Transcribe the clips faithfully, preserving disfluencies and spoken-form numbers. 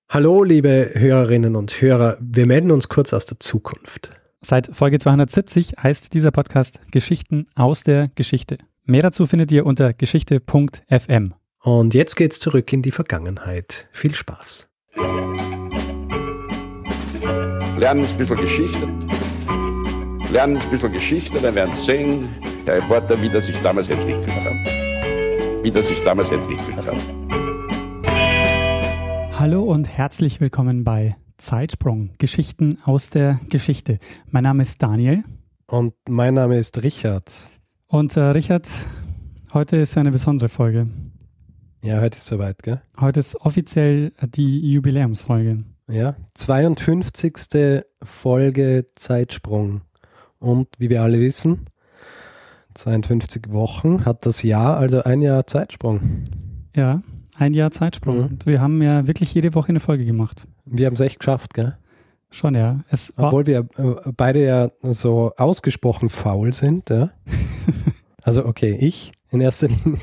Hallo, liebe Hörerinnen und Hörer, wir melden uns kurz aus der Zukunft. Seit Folge zweihundertsiebzig heißt dieser Podcast Geschichten aus der Geschichte. Mehr dazu findet ihr unter geschichte punkt f m. Und jetzt geht's zurück in die Vergangenheit. Viel Spaß. Lernen ein bisschen Geschichte. Lernen ein bisschen Geschichte, dann werden Sie sehen, Herr Reporter, wie das sich damals entwickelt hat. Wie das sich damals entwickelt hat. Hallo und herzlich willkommen bei Zeitsprung, Geschichten aus der Geschichte. Mein Name ist Daniel. Und mein Name ist Richard. Und äh, Richard, heute ist eine besondere Folge. Ja, heute ist soweit, gell? Heute ist offiziell die Jubiläumsfolge. Ja, zweiundfünfzigste Folge Zeitsprung. Und wie wir alle wissen, zweiundfünfzig Wochen hat das Jahr, also ein Jahr Zeitsprung. Ja, ein Jahr Zeitsprung. Mhm. Und wir haben ja wirklich jede Woche eine Folge gemacht. Wir haben es echt geschafft, gell? Schon, ja. Es war Obwohl wir äh, beide ja so ausgesprochen faul sind, ja. Also okay, ich in erster Linie.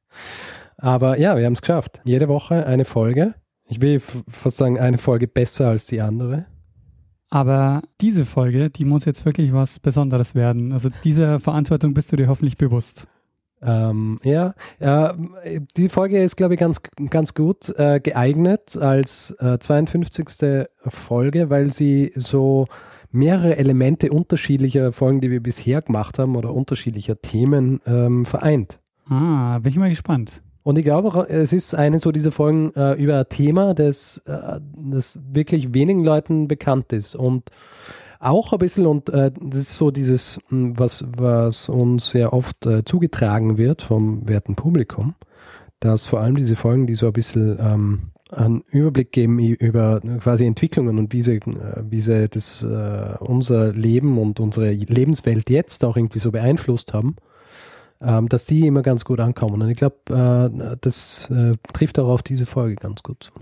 Aber ja, wir haben es geschafft. Jede Woche eine Folge. Ich will f- fast sagen, eine Folge besser als die andere. Aber diese Folge, die muss jetzt wirklich was Besonderes werden. Also dieser Verantwortung bist du dir hoffentlich bewusst. Ähm, ja, äh, die Folge ist, glaube ich, ganz, ganz gut äh, geeignet als äh, zweiundfünfzigste Folge, weil sie so mehrere Elemente unterschiedlicher Folgen, die wir bisher gemacht haben, oder unterschiedlicher Themen ähm, vereint. Ah, bin ich mal gespannt. Und ich glaube auch, es ist eine so dieser Folgen äh, über ein Thema, das, äh, das wirklich wenigen Leuten bekannt ist. Und auch ein bisschen, und äh, das ist so dieses, was, was uns sehr oft äh, zugetragen wird vom werten Publikum, dass vor allem diese Folgen, die so ein bisschen ähm, einen Überblick geben über quasi Entwicklungen und wie sie, äh, wie sie das, äh, unser Leben und unsere Lebenswelt jetzt auch irgendwie so beeinflusst haben, ähm, dass die immer ganz gut ankommen. Und ich glaube, äh, das äh, trifft auch auf diese Folge ganz gut zu.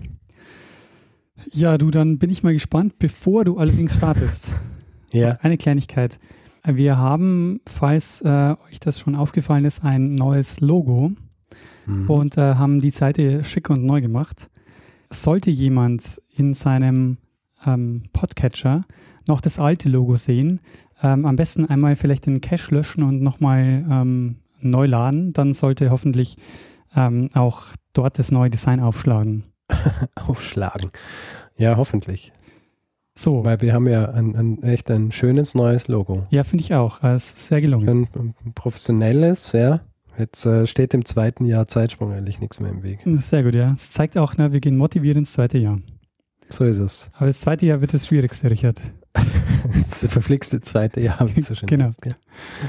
Ja, du, dann bin ich mal gespannt, bevor du allerdings startest. Ja. Eine Kleinigkeit. Wir haben, falls äh, euch das schon aufgefallen ist, ein neues Logo Mhm. und äh, haben die Seite schick und neu gemacht. Sollte jemand in seinem ähm, Podcatcher noch das alte Logo sehen, ähm, am besten einmal vielleicht den Cache löschen und nochmal ähm, neu laden, dann sollte hoffentlich ähm, auch dort das neue Design aufschlagen. Aufschlagen. Ja, hoffentlich. So. Weil wir haben ja ein, ein echt ein schönes neues Logo. Ja, finde ich auch. Es ist sehr gelungen. Ein, ein professionelles, ja. Jetzt äh, steht im zweiten Jahr Zeitsprung eigentlich nichts mehr im Weg. Das ist sehr gut, ja. Es zeigt auch, ne, wir gehen motiviert ins zweite Jahr. So ist es. Aber das zweite Jahr wird das Schwierigste, Richard. Das verflixte zweite Jahr, wie es so schön Genau. heißt, gell?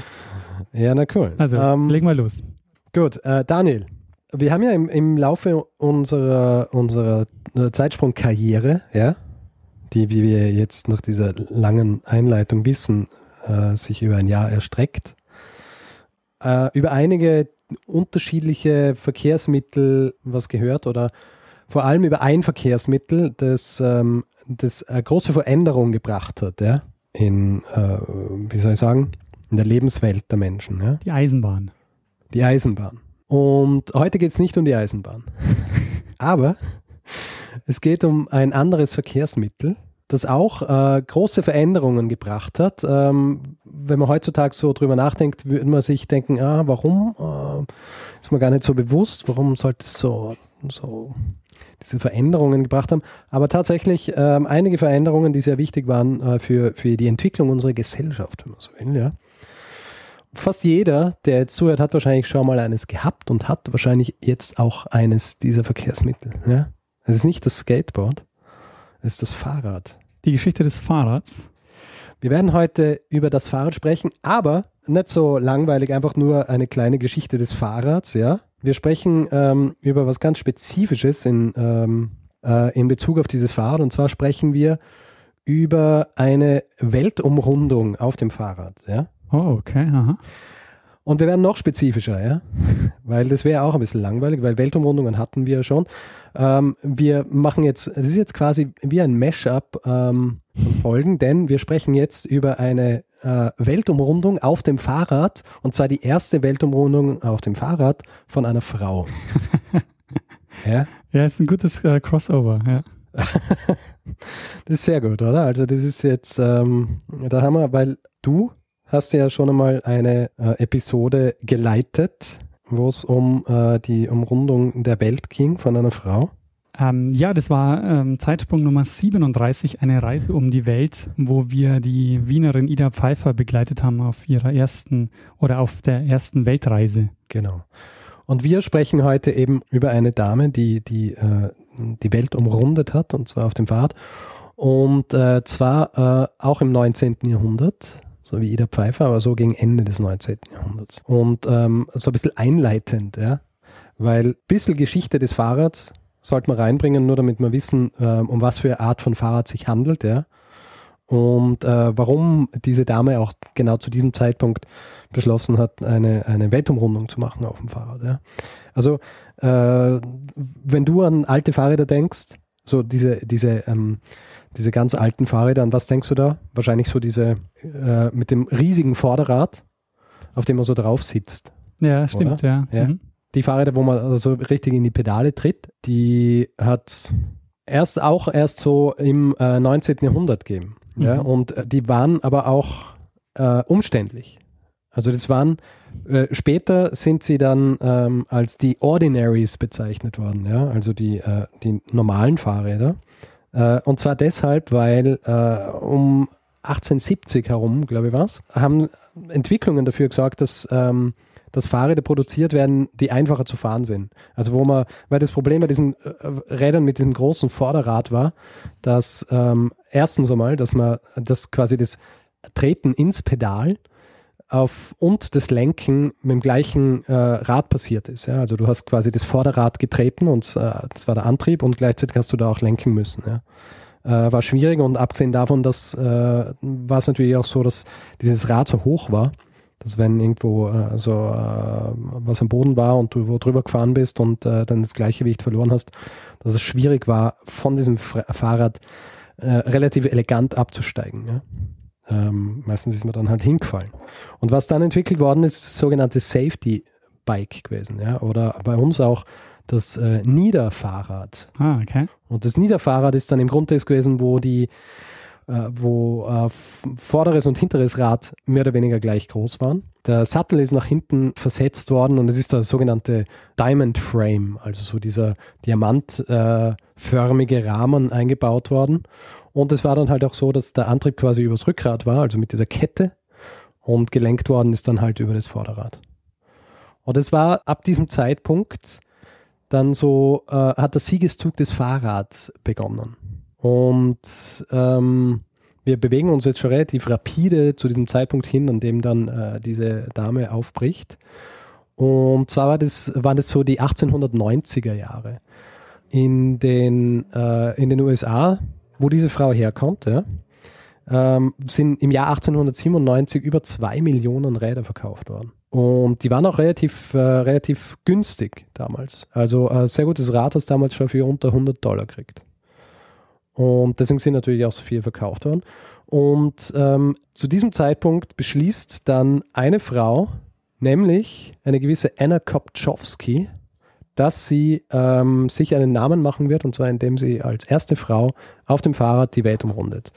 Ja, na cool. Also, ähm, leg mal los. Gut, äh, Daniel, wir haben ja im, im Laufe unserer, unserer Zeitsprung-Karriere, ja, die, wie wir jetzt nach dieser langen Einleitung wissen, äh, sich über ein Jahr erstreckt, äh, über einige unterschiedliche Verkehrsmittel was gehört, oder vor allem über ein Verkehrsmittel, das, ähm, das eine große Veränderung gebracht hat, ja, in, äh, wie soll ich sagen, in der Lebenswelt der Menschen, ja. Die Eisenbahn. Die Eisenbahn. Und heute geht es nicht um die Eisenbahn. Aber es geht um ein anderes Verkehrsmittel, das auch äh, große Veränderungen gebracht hat. Ähm, wenn man heutzutage so drüber nachdenkt, würde man sich denken, ah, warum? Äh, ist mir gar nicht so bewusst, warum sollte es so, so diese Veränderungen gebracht haben. Aber tatsächlich ähm, einige Veränderungen, die sehr wichtig waren äh, für, für die Entwicklung unserer Gesellschaft, wenn man so will, ja. Fast jeder, der jetzt zuhört, hat wahrscheinlich schon mal eines gehabt und hat wahrscheinlich jetzt auch eines dieser Verkehrsmittel. Ja? Es ist nicht das Skateboard, es ist das Fahrrad. Die Geschichte des Fahrrads. Wir werden heute über das Fahrrad sprechen, aber nicht so langweilig, einfach nur eine kleine Geschichte des Fahrrads. Ja? Wir sprechen ähm, über was ganz Spezifisches in, ähm, äh, in Bezug auf dieses Fahrrad, und zwar sprechen wir über eine Weltumrundung auf dem Fahrrad. Ja? Oh, okay, aha. Und wir werden noch spezifischer, ja, weil das wäre auch ein bisschen langweilig, weil Weltumrundungen hatten wir schon. Ähm, wir machen jetzt, es ist jetzt quasi wie ein Mashup ähm, von Folgen, denn wir sprechen jetzt über eine äh, Weltumrundung auf dem Fahrrad, und zwar die erste Weltumrundung auf dem Fahrrad von einer Frau. Ja, Ja, ist ein gutes äh, Crossover, ja. Das ist sehr gut, oder? Also das ist jetzt, ähm, da haben wir, weil du hast ja schon einmal eine äh, Episode geleitet, wo es um äh, die Umrundung der Welt ging von einer Frau. Ähm, ja, das war ähm, Zeitsprung Nummer siebenunddreißig, eine Reise um die Welt, wo wir die Wienerin Ida Pfeiffer begleitet haben auf ihrer ersten oder auf der ersten Weltreise. Genau. Und wir sprechen heute eben über eine Dame, die die, äh, die Welt umrundet hat, und zwar auf dem Fahrrad. Und äh, zwar äh, auch im neunzehnten Jahrhundert, so wie Ida Pfeiffer, aber so gegen Ende des neunzehnten Jahrhunderts. Und ähm, so ein bisschen einleitend, ja, weil ein bisschen Geschichte des Fahrrads sollte man reinbringen, nur damit wir wissen, äh, um was für eine Art von Fahrrad sich handelt, ja. Und äh, warum diese Dame auch genau zu diesem Zeitpunkt beschlossen hat, eine, eine Weltumrundung zu machen auf dem Fahrrad. Ja. Also äh, wenn du an alte Fahrräder denkst, so diese, diese, ähm, diese ganz alten Fahrräder, an was denkst du da? Wahrscheinlich so diese äh, mit dem riesigen Vorderrad, auf dem man so drauf sitzt. Ja, stimmt, oder? ja. ja. Mhm. Die Fahrräder, wo man also richtig in die Pedale tritt, die hat erst auch erst so im äh, neunzehnten Jahrhundert gegeben. Mhm. Ja, und äh, die waren aber auch äh, umständlich. Also das waren, äh, später sind sie dann ähm, als die Ordinaries bezeichnet worden, ja, also die, äh, die normalen Fahrräder. Äh, und zwar deshalb, weil äh, um achtzehnhundertsiebzig herum, glaube ich was, haben Entwicklungen dafür gesorgt, dass ähm, dass Fahrräder produziert werden, die einfacher zu fahren sind. Also wo man, weil das Problem bei diesen äh, Rädern mit diesem großen Vorderrad war, dass ähm, erstens einmal, dass man das quasi das Treten ins Pedal auf und das Lenken mit dem gleichen äh, Rad passiert ist. Ja? Also du hast quasi das Vorderrad getreten und äh, das war der Antrieb und gleichzeitig hast du da auch lenken müssen. Ja? Äh, war schwierig und abgesehen davon, dass äh, war es natürlich auch so, dass dieses Rad so hoch war, dass wenn irgendwo äh, so äh, was am Boden war und du wo drüber gefahren bist und äh, dann das Gleichgewicht verloren hast, dass es schwierig war, von diesem F- Fahrrad äh, relativ elegant abzusteigen. Ja? Ähm, meistens ist man dann halt hingefallen. Und was dann entwickelt worden ist, ist das sogenannte Safety Bike gewesen. Ja? Oder bei uns auch das äh, Niederfahrrad. Ah, okay. Und das Niederfahrrad ist dann im Grunde das gewesen, wo die wo äh, vorderes und hinteres Rad mehr oder weniger gleich groß waren. Der Sattel ist nach hinten versetzt worden und es ist der sogenannte Diamond Frame, also so dieser diamantförmige äh, Rahmen eingebaut worden. Und es war dann halt auch so, dass der Antrieb quasi übers Rückgrat war, also mit dieser Kette, und gelenkt worden ist dann halt über das Vorderrad. Und es war ab diesem Zeitpunkt dann so, äh, hat der Siegeszug des Fahrrads begonnen. Und ähm, wir bewegen uns jetzt schon relativ rapide zu diesem Zeitpunkt hin, an dem dann äh, diese Dame aufbricht. Und zwar war das, waren das so die achtzehnhundertneunziger Jahre. In den, äh, in den U S A, wo diese Frau herkommt, ja, ähm, sind im Jahr achtzehnhundertsiebenundneunzig über zwei Millionen Räder verkauft worden. Und die waren auch relativ, äh, relativ günstig damals. Also ein sehr gutes Rad hast du damals schon für unter hundert Dollar gekriegt. Und deswegen sind natürlich auch so viel verkauft worden. Und ähm, zu diesem Zeitpunkt beschließt dann eine Frau, nämlich eine gewisse Anna Kopczowski, dass sie ähm, sich einen Namen machen wird, und zwar indem sie als erste Frau auf dem Fahrrad die Welt umrundet.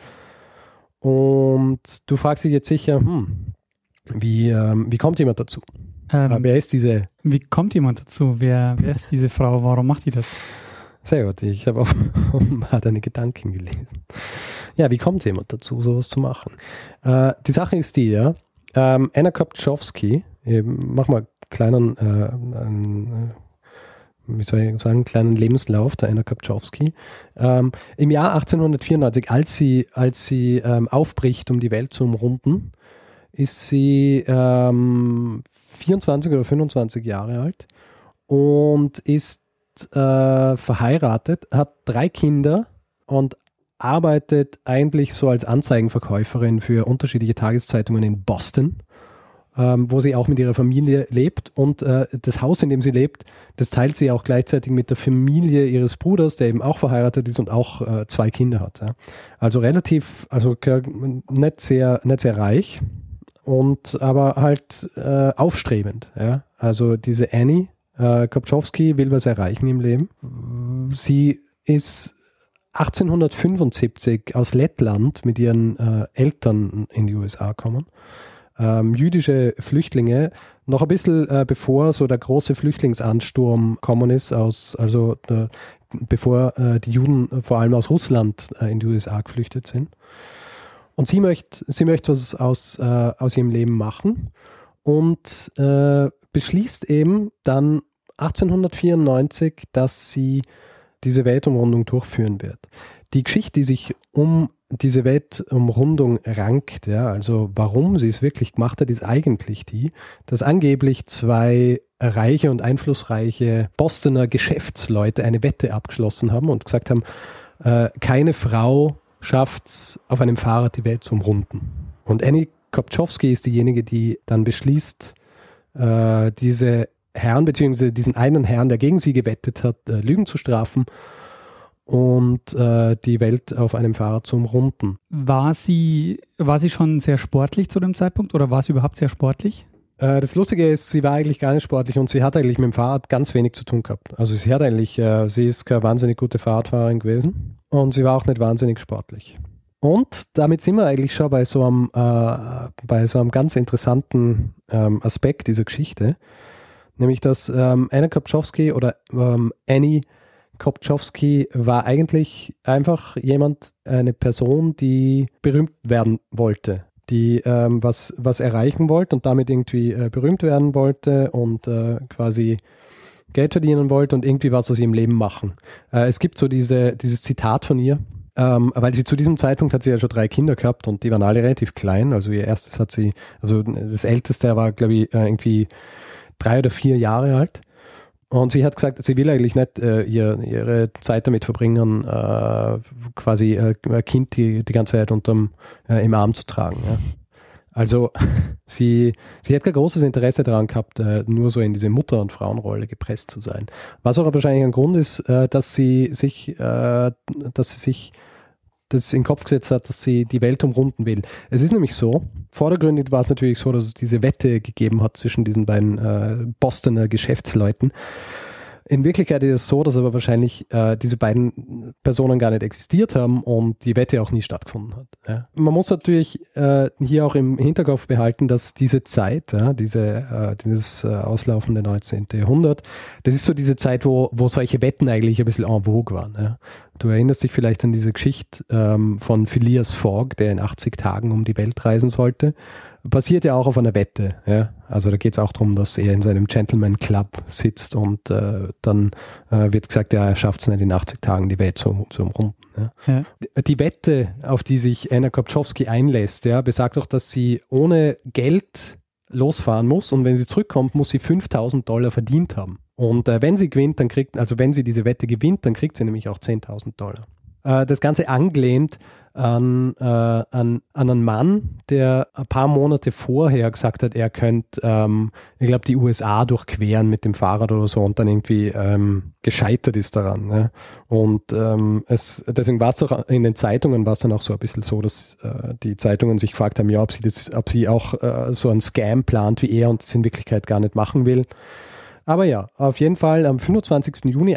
Und du fragst dich jetzt sicher, hm, wie, ähm, wie kommt jemand dazu? Ähm, wer ist diese? Wie kommt jemand dazu? Wer, wer ist diese Frau? Warum macht die das? Sehr gut, ich habe auch mal deine Gedanken gelesen. Ja, wie kommt jemand dazu, sowas zu machen? Äh, die Sache ist die, ja, ähm, Anna Kopczowski, mach mal kleinen, äh, einen, wie soll ich sagen, kleinen Lebenslauf der Anna Kopczowski. Ähm, Im Jahr achtzehnhundertvierundneunzig, als sie, als sie ähm, aufbricht, um die Welt zu umrunden, ist sie ähm, vierundzwanzig oder fünfundzwanzig Jahre alt und ist Äh, verheiratet, hat drei Kinder und arbeitet eigentlich so als Anzeigenverkäuferin für unterschiedliche Tageszeitungen in Boston, ähm, wo sie auch mit ihrer Familie lebt. Und äh, das Haus, in dem sie lebt, das teilt sie auch gleichzeitig mit der Familie ihres Bruders, der eben auch verheiratet ist und auch äh, zwei Kinder hat. Ja. Also relativ, also nicht sehr, nicht sehr reich, und aber halt äh, aufstrebend. Ja. Also diese Annie Äh, Kopczowski will was erreichen im Leben. Sie ist achtzehnhundertfünfundsiebzig aus Lettland mit ihren äh, Eltern in die U S A kommen. Ähm, jüdische Flüchtlinge, noch ein bisschen äh, bevor so der große Flüchtlingsansturm gekommen ist, aus, also der, bevor äh, die Juden äh, vor allem aus Russland äh, in die U S A geflüchtet sind. Und sie möchte, sie möchte was aus, äh, aus ihrem Leben machen und äh, beschließt eben dann achtzehnhundertvierundneunzig, dass sie diese Weltumrundung durchführen wird. Die Geschichte, die sich um diese Weltumrundung rankt, ja, also warum sie es wirklich gemacht hat, ist eigentlich die, dass angeblich zwei reiche und einflussreiche Bostoner Geschäftsleute eine Wette abgeschlossen haben und gesagt haben, äh, keine Frau schafft es, auf einem Fahrrad die Welt zu umrunden. Und Annie Kopczowski ist diejenige, die dann beschließt, äh, diese Herrn, beziehungsweise diesen einen Herrn, der gegen sie gewettet hat, äh, Lügen zu strafen und äh, die Welt auf einem Fahrrad zu umrunden. War sie, war sie schon sehr sportlich zu dem Zeitpunkt oder war sie überhaupt sehr sportlich? Äh, das Lustige ist, sie war eigentlich gar nicht sportlich und sie hat eigentlich mit dem Fahrrad ganz wenig zu tun gehabt. Also sie hat eigentlich, äh, sie ist keine wahnsinnig gute Fahrradfahrerin gewesen und sie war auch nicht wahnsinnig sportlich. Und damit sind wir eigentlich schon bei so einem, äh, bei so einem ganz interessanten ähm, Aspekt dieser Geschichte, nämlich dass ähm, Anna Kopczowski oder ähm, Annie Kopczowski war eigentlich einfach jemand, eine Person, die berühmt werden wollte, die ähm, was, was erreichen wollte und damit irgendwie äh, berühmt werden wollte und äh, quasi Geld verdienen wollte und irgendwie was aus ihrem Leben machen. Äh, es gibt so diese, dieses Zitat von ihr, ähm, weil sie zu diesem Zeitpunkt hat sie ja schon drei Kinder gehabt und die waren alle relativ klein. Also ihr erstes hat sie, also das älteste war, glaube ich, äh, irgendwie drei oder vier Jahre alt. Und sie hat gesagt, sie will eigentlich nicht äh, ihr, ihre Zeit damit verbringen, äh, quasi äh, ein Kind die, die ganze Zeit unterm, äh, im Arm zu tragen. Ja. Also sie, sie hat kein großes Interesse daran gehabt, äh, nur so in diese Mutter- und Frauenrolle gepresst zu sein. Was auch wahrscheinlich ein Grund ist, äh, dass sie sich, äh, dass sie sich das in den Kopf gesetzt hat, dass sie die Welt umrunden will. Es ist nämlich so, vordergründig war es natürlich so, dass es diese Wette gegeben hat zwischen diesen beiden äh, Bostoner Geschäftsleuten. In Wirklichkeit ist es so, dass aber wahrscheinlich äh, diese beiden Personen gar nicht existiert haben und die Wette auch nie stattgefunden hat. Ja. Man muss natürlich äh, hier auch im Hinterkopf behalten, dass diese Zeit, ja, diese, äh, dieses äh, auslaufende neunzehnten. Jahrhundert, das ist so diese Zeit, wo, wo solche Wetten eigentlich ein bisschen en vogue waren. Ja. Du erinnerst dich vielleicht an diese Geschichte ähm, von Phileas Fogg, der in achtzig Tagen um die Welt reisen sollte. Basiert ja auch auf einer Wette. Ja? Also da geht es auch darum, dass er in seinem Gentleman Club sitzt und äh, dann äh, wird gesagt, ja, er schafft es nicht in achtzig Tagen die Welt zu, zu umrunden. Ja? Ja. Die Wette, auf die sich Anna Kopczowski einlässt, ja, besagt auch, dass sie ohne Geld losfahren muss und wenn sie zurückkommt, muss sie fünftausend Dollar verdient haben. Und äh, wenn sie gewinnt, dann kriegt, also wenn sie diese Wette gewinnt, dann kriegt sie nämlich auch zehntausend Dollar. Äh, das Ganze angelehnt an, äh, an, an einen Mann, der ein paar Monate vorher gesagt hat, er könnte, ähm, ich glaube, die U S A durchqueren mit dem Fahrrad oder so und dann irgendwie ähm, gescheitert ist daran. Ne? Und ähm, es, deswegen war es doch in den Zeitungen war es dann auch so ein bisschen so, dass äh, die Zeitungen sich gefragt haben, ja, ob sie das, ob sie auch äh, so einen Scam plant wie er und das in Wirklichkeit gar nicht machen will. Aber ja, auf jeden Fall am fünfundzwanzigsten Juni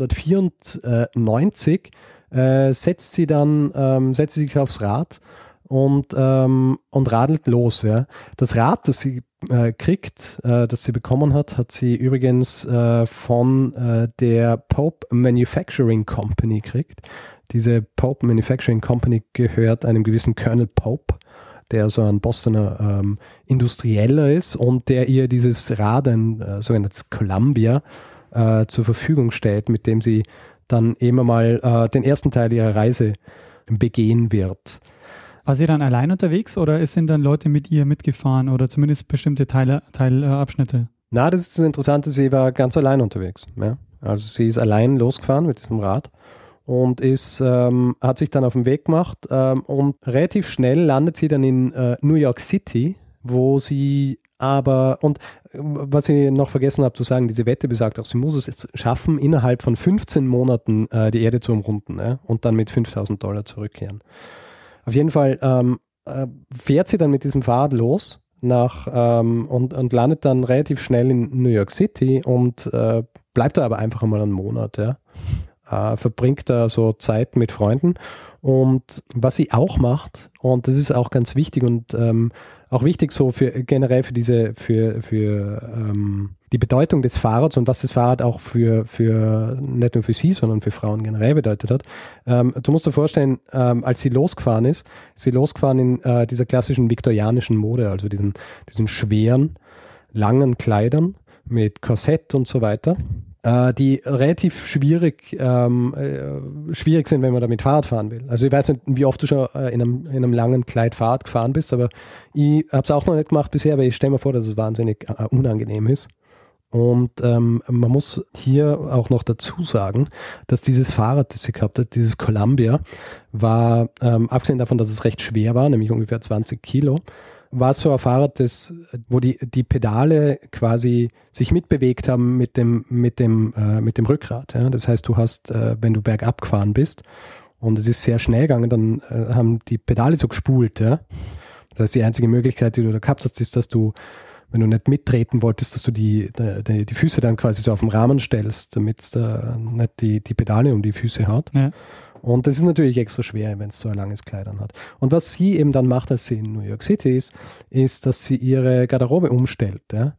achtzehnhundertvierundneunzig äh, setzt sie dann, ähm, setzt sie sich aufs Rad und, ähm, und radelt los. Ja. Das Rad, das sie äh, kriegt, äh, das sie bekommen hat, hat sie übrigens äh, von äh, der Pope Manufacturing Company gekriegt. Diese Pope Manufacturing Company gehört einem gewissen Colonel Pope, der so ein Bostoner ähm, Industrieller ist und der ihr dieses Rad, ein äh, sogenanntes Columbia, äh, zur Verfügung stellt, mit dem sie dann eben mal äh, den ersten Teil ihrer Reise begehen wird. War sie dann allein unterwegs oder sind dann Leute mit ihr mitgefahren oder zumindest bestimmte Teile, Teilabschnitte? Na, das ist das Interessante, sie war ganz allein unterwegs. Ja? Also sie ist allein losgefahren mit diesem Rad und ist, ähm, hat sich dann auf den Weg gemacht ähm, und relativ schnell landet sie dann in äh, New York City, wo sie aber, und was ich noch vergessen habe zu sagen, diese Wette besagt auch, sie muss es jetzt schaffen, innerhalb von fünfzehn Monaten äh, die Erde zu umrunden ja, und dann mit fünftausend Dollar zurückkehren. Auf jeden Fall ähm, äh, fährt sie dann mit diesem Fahrrad los nach, ähm, und, und landet dann relativ schnell in New York City und äh, bleibt da aber einfach einmal einen Monat. Ja. äh, verbringt da so Zeit mit Freunden. Und was sie auch macht, und das ist auch ganz wichtig und ähm, auch wichtig so für generell für diese, für, für ähm, die Bedeutung des Fahrrads und was das Fahrrad auch für, für nicht nur für sie, sondern für Frauen generell bedeutet hat. Ähm, du musst dir vorstellen, ähm, als sie losgefahren ist, ist sie losgefahren in äh, dieser klassischen viktorianischen Mode, also diesen, diesen schweren, langen Kleidern mit Korsett und so weiter, äh, die relativ schwierig, ähm, äh, schwierig sind, wenn man damit Fahrrad fahren will. Also ich weiß nicht, wie oft du schon äh, in, einem, in einem langen Kleid Fahrrad gefahren bist, aber ich habe es auch noch nicht gemacht bisher, aber ich stelle mir vor, dass es wahnsinnig äh, unangenehm ist. Und ähm, man muss hier auch noch dazu sagen, dass dieses Fahrrad, das sie gehabt hat, dieses Columbia, war, ähm, abgesehen davon, dass es recht schwer war, nämlich ungefähr zwanzig Kilo, war es so ein Fahrrad, das, wo die, die Pedale quasi sich mitbewegt haben mit dem, mit dem, äh, mit dem Rückgrat. Ja? Das heißt, du hast, äh, wenn du bergab gefahren bist und es ist sehr schnell gegangen, dann äh, haben die Pedale so gespult. Ja? Das heißt, die einzige Möglichkeit, die du da gehabt hast, ist, dass du, wenn du nicht mittreten wolltest, dass du die, die, die Füße dann quasi so auf den Rahmen stellst, damit es da nicht die, die Pedale um die Füße haut. Ja. Und das ist natürlich extra schwer, wenn es so ein langes Kleid hat. Und was sie eben dann macht, als sie in New York City ist, ist, dass sie ihre Garderobe umstellt. Ja?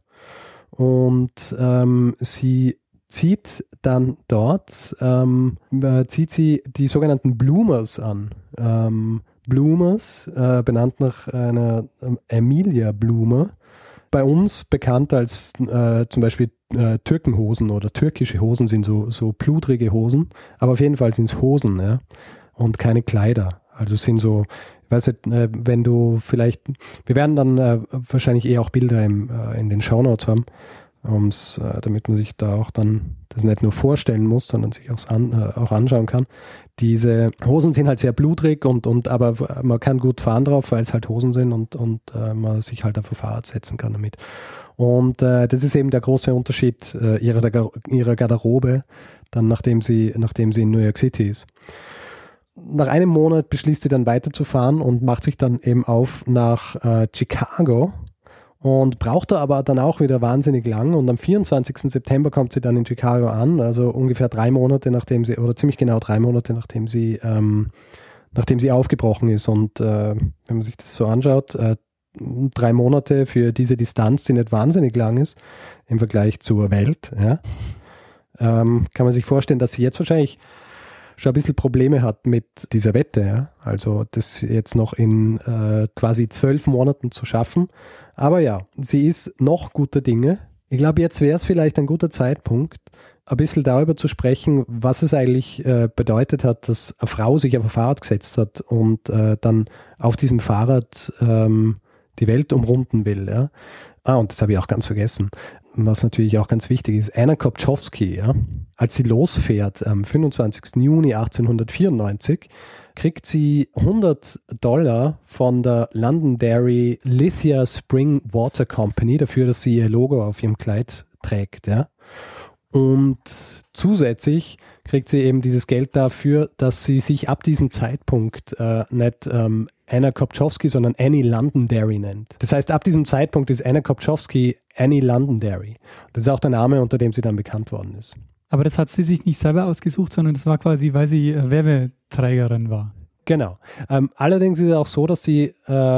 Und ähm, sie zieht dann dort, ähm, zieht sie die sogenannten Bloomers an. Ähm, Bloomers, äh, benannt nach einer ähm, Emilia Bloomer, bei uns bekannt als äh, zum Beispiel äh, Türkenhosen oder türkische Hosen sind so, so pludrige Hosen, aber auf jeden Fall sind es Hosen, ja, und keine Kleider. Also sind so, ich weiß nicht, äh, wenn du vielleicht, wir werden dann äh, wahrscheinlich eher auch Bilder im, äh, in den Shownotes haben, um's, äh, damit man sich da auch dann das nicht nur vorstellen muss, sondern sich auch, an, äh, auch anschauen kann. Diese Hosen sind halt sehr blutrig und, und aber man kann gut fahren drauf, weil es halt Hosen sind und, und äh, man sich halt auf ein Fahrrad setzen kann damit. Und äh, das ist eben der große Unterschied äh, ihrer, ihrer Garderobe, dann nachdem sie, nachdem sie in New York City ist. Nach einem Monat beschließt sie dann weiterzufahren und macht sich dann eben auf nach äh, Chicago und braucht da aber dann auch wieder wahnsinnig lang und am vierundzwanzigsten September kommt sie dann in Chicago an, also ungefähr drei Monate nachdem sie, oder ziemlich genau drei Monate nachdem sie, ähm, nachdem sie aufgebrochen ist und äh, wenn man sich das so anschaut, äh, drei Monate für diese Distanz, die nicht wahnsinnig lang ist im Vergleich zur Welt, ja, ähm, kann man sich vorstellen, dass sie jetzt wahrscheinlich schon ein bisschen Probleme hat mit dieser Wette, ja? Also das jetzt noch in äh, quasi zwölf Monaten zu schaffen. Aber ja, sie ist noch guter Dinge. Ich glaube, jetzt wäre es vielleicht ein guter Zeitpunkt, ein bisschen darüber zu sprechen, was es eigentlich äh, bedeutet hat, dass eine Frau sich auf ein Fahrrad gesetzt hat und äh, dann auf diesem Fahrrad ähm, die Welt umrunden will. Ja? Ah, und das habe ich auch ganz vergessen. Was natürlich auch ganz wichtig ist, Anna Kopczowski, ja, als sie losfährt am fünfundzwanzigsten Juni achtzehnhundertvierundneunzig, kriegt sie hundert Dollar von der Londonderry Lithia Spring Water Company dafür, dass sie ihr Logo auf ihrem Kleid trägt. Ja. Und zusätzlich kriegt sie eben dieses Geld dafür, dass sie sich ab diesem Zeitpunkt äh, nicht ähm, Anna Kopczowski, sondern Annie Londonderry nennt. Das heißt, ab diesem Zeitpunkt ist Anna Kopczowski Annie Londonderry. Das ist auch der Name, unter dem sie dann bekannt worden ist. Aber das hat sie sich nicht selber ausgesucht, sondern das war quasi, weil sie äh, Werbeträgerin war. Genau. Ähm, allerdings ist es auch so, dass sie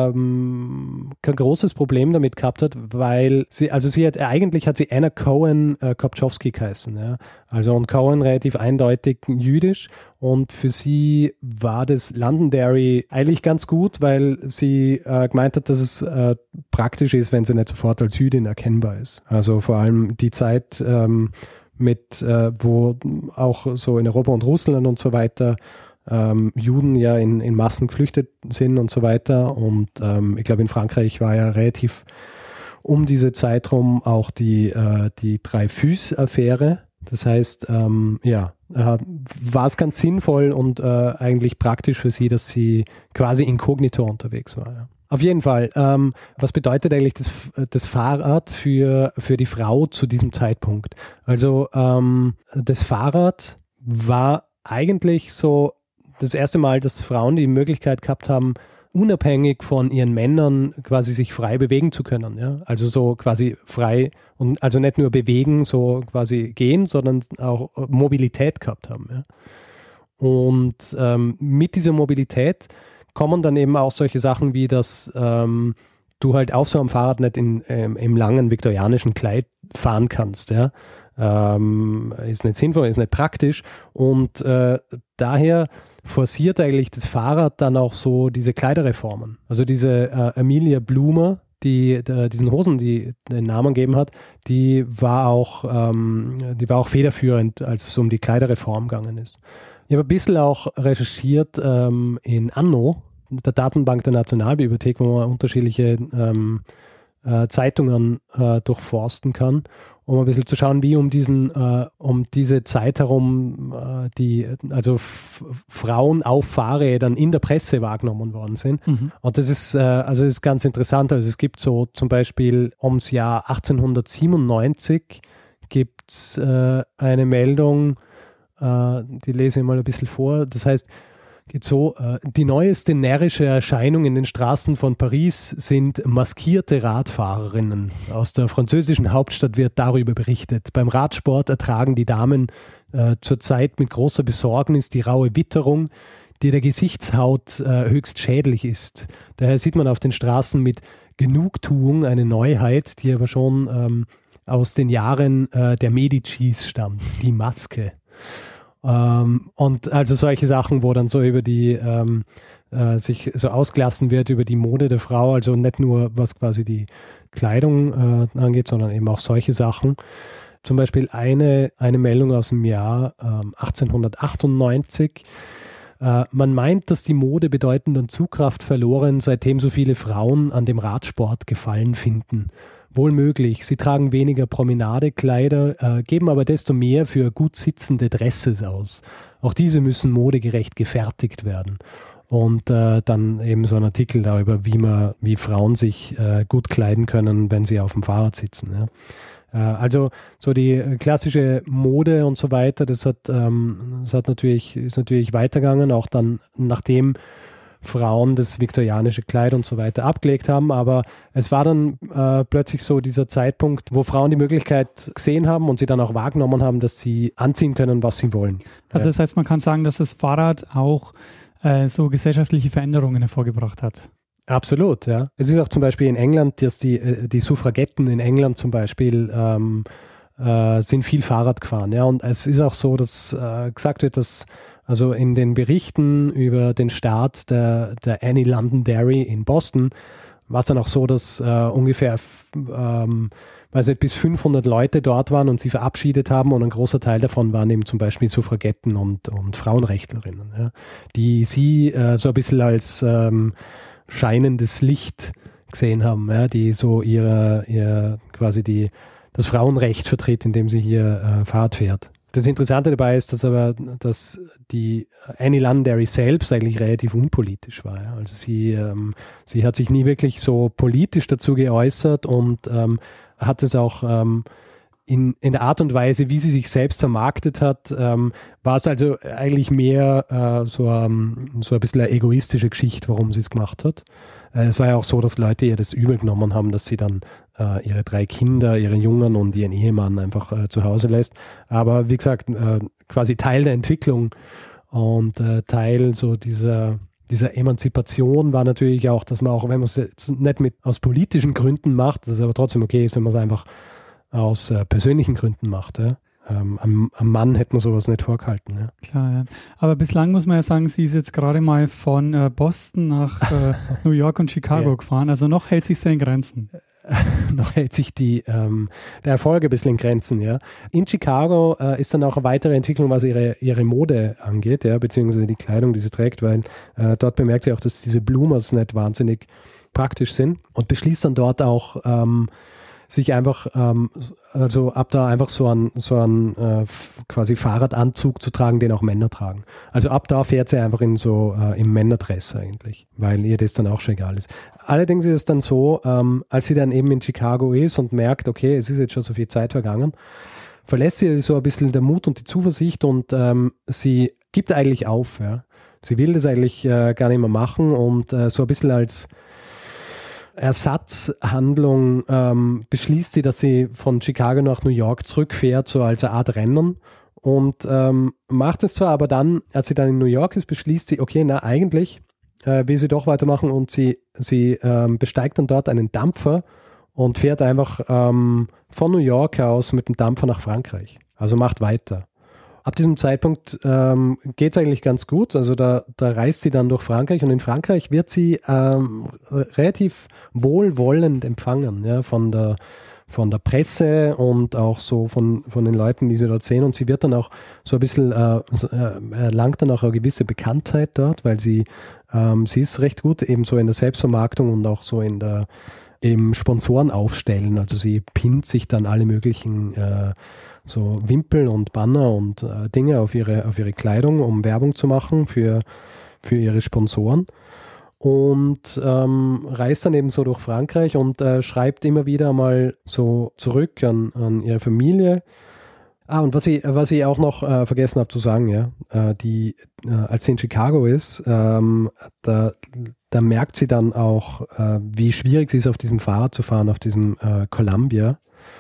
ähm, kein großes Problem damit gehabt hat, weil sie, also sie hat, eigentlich hat sie Anna Cohen äh, Kopczowski geheißen. Ja? Also und Cohen relativ eindeutig jüdisch und für sie war das Londonderry eigentlich ganz gut, weil sie äh, gemeint hat, dass es äh, praktisch ist, wenn sie nicht sofort als Jüdin erkennbar ist. Also vor allem die Zeit ähm, mit, äh, wo auch so in Europa und Russland und so weiter Ähm, Juden ja in, in Massen geflüchtet sind und so weiter. Und ähm, ich glaube, in Frankreich war ja relativ um diese Zeit rum auch die, äh, die Dreyfus-Affäre. Das heißt, ähm, ja, äh, war es ganz sinnvoll und äh, eigentlich praktisch für sie, dass sie quasi inkognito unterwegs war. Ja. Auf jeden Fall, ähm, was bedeutet eigentlich das, das Fahrrad für, für die Frau zu diesem Zeitpunkt? Also ähm, das Fahrrad war eigentlich so das erste Mal, dass Frauen die Möglichkeit gehabt haben, unabhängig von ihren Männern quasi sich frei bewegen zu können. Ja? Also so quasi frei und also nicht nur bewegen, so quasi gehen, sondern auch Mobilität gehabt haben. Ja? Und ähm, mit dieser Mobilität kommen dann eben auch solche Sachen wie, dass ähm, du halt auf so einem Fahrrad nicht in, ähm, im langen viktorianischen Kleid fahren kannst. Ja? Ähm, ist nicht sinnvoll, ist nicht praktisch und äh, daher forciert eigentlich das Fahrrad dann auch so diese Kleiderreformen. Also diese äh, Amelia Bloomer, die äh, diesen Hosen, die den Namen gegeben hat, die war auch, ähm, die war auch federführend, als es um die Kleiderreform gegangen ist. Ich habe ein bisschen auch recherchiert ähm, in Anno, der Datenbank der Nationalbibliothek, wo man unterschiedliche ähm, äh, Zeitungen äh, durchforsten kann, um ein bisschen zu schauen, wie um diesen, äh, um diese Zeit herum äh, die, also F- Frauen auf Fahrrädern in der Presse wahrgenommen worden sind. Mhm. Und das ist, äh, also das ist ganz interessant. Also es gibt so zum Beispiel ums Jahr achtzehnhundertsiebenundneunzig gibt es äh, eine Meldung, äh, die lese ich mal ein bisschen vor. Das heißt, geht so, äh, die neueste närrische Erscheinung in den Straßen von Paris sind maskierte Radfahrerinnen. Aus der französischen Hauptstadt wird darüber berichtet. Beim Radsport ertragen die Damen äh, zurzeit mit großer Besorgnis die raue Witterung, die der Gesichtshaut äh, höchst schädlich ist. Daher sieht man auf den Straßen mit Genugtuung eine Neuheit, die aber schon ähm, aus den Jahren äh, der Medicis stammt, die Maske. Ähm, und also solche Sachen, wo dann so über die ähm, äh, sich so ausgelassen wird über die Mode der Frau, also nicht nur was quasi die Kleidung äh, angeht, sondern eben auch solche Sachen. Zum Beispiel eine, eine Meldung aus dem Jahr ähm, achtzehnhundertachtundneunzig. Äh, man meint, dass die Mode bedeutend an Zugkraft verloren, seitdem so viele Frauen an dem Radsport Gefallen finden. Wohl möglich. Sie tragen weniger Promenadekleider, äh, geben aber desto mehr für gut sitzende Dresses aus. Auch diese müssen modegerecht gefertigt werden. Und äh, dann eben so ein Artikel darüber, wie man, wie Frauen sich äh, gut kleiden können, wenn sie auf dem Fahrrad sitzen. Ja. Äh, also so die klassische Mode und so weiter, das hat, ähm, das hat natürlich, ist natürlich weitergegangen, auch dann nachdem Frauen das viktorianische Kleid und so weiter abgelegt haben, aber es war dann äh, plötzlich so dieser Zeitpunkt, wo Frauen die Möglichkeit gesehen haben und sie dann auch wahrgenommen haben, dass sie anziehen können, was sie wollen. Also das heißt, man kann sagen, dass das Fahrrad auch äh, so gesellschaftliche Veränderungen hervorgebracht hat. Absolut, ja. Es ist auch zum Beispiel in England, dass die, die Suffragetten in England zum Beispiel ähm, äh, sind viel Fahrrad gefahren, ja, und es ist auch so, dass äh, gesagt wird, dass also in den Berichten über den Start der, der Annie Londonderry in Boston war es dann auch so, dass äh, ungefähr ähm, weiß nicht, bis fünfhundert Leute dort waren und sie verabschiedet haben und ein großer Teil davon waren eben zum Beispiel Suffragetten und, und Frauenrechtlerinnen, ja, die sie äh, so ein bisschen als ähm, scheinendes Licht gesehen haben, ja, die so ihre, ihr quasi die, das Frauenrecht vertritt, indem sie hier äh, Fahrrad fährt. Das Interessante dabei ist, dass aber dass die Annie Londonderry selbst eigentlich relativ unpolitisch war. Ja. Also sie, ähm, sie hat sich nie wirklich so politisch dazu geäußert und ähm, hat es auch ähm, in, in der Art und Weise, wie sie sich selbst vermarktet hat, ähm, war es also eigentlich mehr äh, so, ähm, so ein bisschen eine egoistische Geschichte, warum sie es gemacht hat. Äh, es war ja auch so, dass Leute ihr das übel genommen haben, dass sie dann äh, ihre drei Kinder, ihre Jungen und ihren Ehemann einfach äh, zu Hause lässt. Aber wie gesagt, äh, quasi Teil der Entwicklung und äh, Teil so dieser dieser Emanzipation war natürlich auch, dass man auch, wenn man es jetzt nicht mit aus politischen Gründen macht, dass es aber trotzdem okay ist, wenn man es einfach aus äh, persönlichen Gründen macht. Ja. Ähm, am, am Mann hätte man sowas nicht vorgehalten. Ja. Klar, ja. Aber bislang muss man ja sagen, sie ist jetzt gerade mal von äh, Boston nach äh, New York und Chicago ja. gefahren, also noch hält sich in Grenzen. noch hält sich die, ähm, der Erfolg ein bisschen in Grenzen. Ja. In Chicago äh, ist dann auch eine weitere Entwicklung, was ihre, ihre Mode angeht, ja, beziehungsweise die Kleidung, die sie trägt, weil äh, dort bemerkt sie auch, dass diese Bloomers nicht wahnsinnig praktisch sind und beschließt dann dort auch, ähm, sich einfach, ähm, also ab da einfach so einen, so einen äh, quasi Fahrradanzug zu tragen, den auch Männer tragen. Also ab da fährt sie einfach in so äh, im Männerdress eigentlich, weil ihr das dann auch schon egal ist. Allerdings ist es dann so, ähm, als sie dann eben in Chicago ist und merkt, okay, es ist jetzt schon so viel Zeit vergangen, verlässt sie so ein bisschen der Mut und die Zuversicht und ähm, sie gibt eigentlich auf, ja. sie will das eigentlich äh, gar nicht mehr machen und äh, so ein bisschen als Ersatzhandlung ähm, beschließt sie, dass sie von Chicago nach New York zurückfährt, so als eine Art Rennen und ähm, macht es zwar, aber dann, als sie dann in New York ist, beschließt sie, okay, na eigentlich äh, will sie doch weitermachen und sie, sie ähm, besteigt dann dort einen Dampfer und fährt einfach ähm, von New York aus mit dem Dampfer nach Frankreich. Also macht weiter. Ab diesem Zeitpunkt ähm, geht es eigentlich ganz gut. Also da, da reist sie dann durch Frankreich und in Frankreich wird sie ähm, relativ wohlwollend empfangen, ja, von der, von der Presse und auch so von, von den Leuten, die sie dort sehen. Und sie wird dann auch so ein bisschen, äh, erlangt dann auch eine gewisse Bekanntheit dort, weil sie, ähm, sie ist recht gut eben so in der Selbstvermarktung und auch so in der eben Sponsoren aufstellen. Also sie pinnt sich dann alle möglichen äh, so Wimpel und Banner und äh, Dinge auf ihre, auf ihre Kleidung, um Werbung zu machen für, für ihre Sponsoren. Und ähm, reist dann eben so durch Frankreich und äh, schreibt immer wieder mal so zurück an, an ihre Familie. Ah, und was ich, was ich auch noch äh, vergessen habe zu sagen, ja, äh, die, äh, als sie in Chicago ist, ähm, da, da merkt sie dann auch, äh, wie schwierig es ist, auf diesem Fahrrad zu fahren, auf diesem äh, Columbia.